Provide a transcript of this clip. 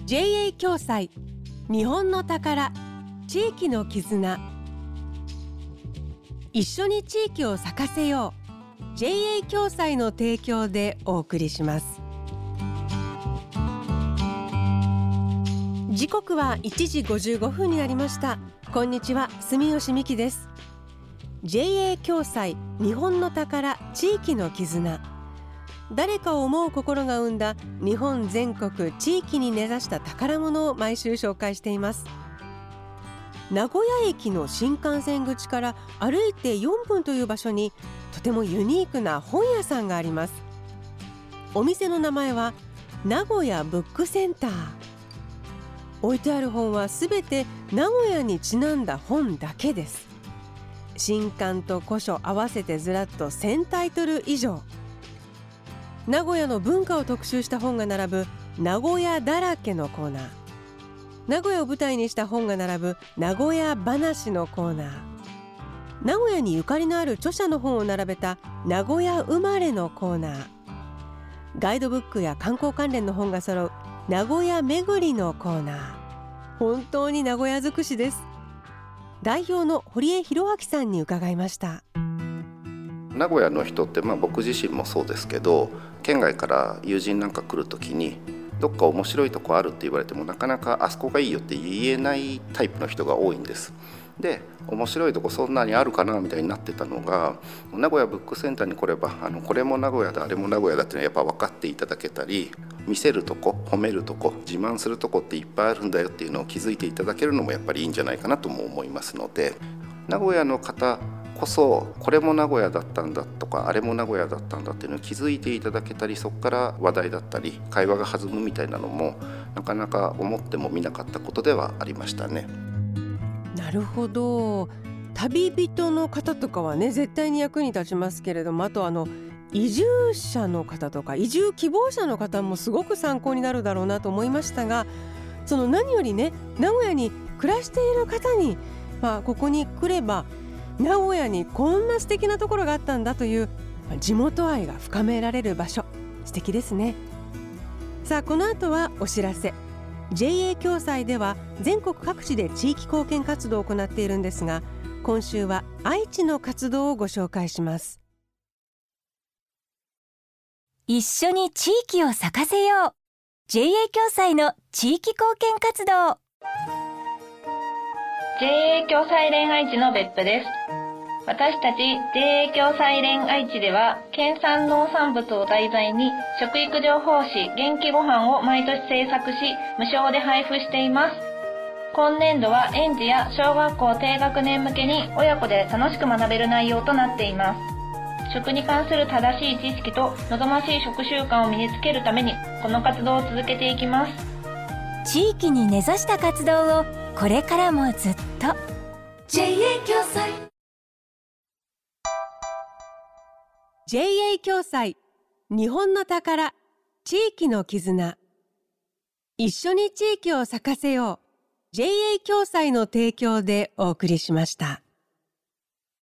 JA 共済日本の宝地域の絆、一緒に地域を咲かせよう JA 共済の提供でお送りします。時刻は1時55分になりました。こんにちは、住吉美希です。 JA 共済日本の宝地域の絆、誰かを思う心が生んだ日本全国地域に根ざした宝物を毎週紹介しています。名古屋駅の新幹線口から歩いて4分という場所にとてもユニークな本屋さんがあります。お店の名前は名古屋ブックセンター。置いてある本はすべて名古屋にちなんだ本だけです。新刊と古書合わせてずらっと1000タイトル以上。名古屋の文化を特集した本が並ぶ名古屋だらけのコーナー、名古屋を舞台にした本が並ぶ名古屋話のコーナー、名古屋にゆかりのある著者の本を並べた名古屋生まれのコーナー、ガイドブックや観光関連の本が揃う名古屋巡りのコーナー。本当に名古屋尽くしです。代表の堀江博明さんに伺いました。 名古屋の人って、僕自身もそうですけど、県外から友人なんか来るときにどっか面白いとこあるって言われてもなかなかあそこがいいよって言えないタイプの人が多いんです。で、面白いとこそんなにあるかなみたいになってたのが、名古屋ブックセンターに来ればこれも名古屋だあれも名古屋だっていうのはやっぱ分かっていただけたり、見せるとこ褒めるとこ自慢するとこっていっぱいあるんだよっていうのを気づいていただけるのもやっぱりいいんじゃないかなとも思いますので、名古屋の方こそこれも名古屋だったんだとかあれも名古屋だったんだっていうのを気づいていただけたり、そこから話題だったり会話が弾むみたいなのもなかなか思ってもみなかったことではありましたね。 なるほど。旅人の方とかはね絶対に役に立ちますけれども、あと移住者の方とか移住希望者の方もすごく参考になるだろうなと思いましたが、その何よりね名古屋に暮らしている方に、ここに来れば名古屋にこんな素敵なところがあったんだという地元愛が深められる場所、素敵ですね。さあ、この後はお知らせ。 JA 共済では全国各地で地域貢献活動を行っているんですが、今週は愛知の活動をご紹介します。 一緒に地域を咲かせよう JA 共済の地域貢献活動。 JA 共済連愛知の別府です。私たち JA 共済連愛知では県産農産物を題材に食育情報誌元気ごはんを毎年制作し無償で配布しています。今年度は園児や小学校低学年向けに親子で楽しく学べる内容となっています。食に関する正しい知識と望ましい食習慣を身につけるためにこの活動を続けていきます。 地域に根ざした活動をこれからもずっと JA 共済。 JA 共済日本の宝地域の絆、一緒に地域を咲かせよう JA 共済の提供でお送りしました。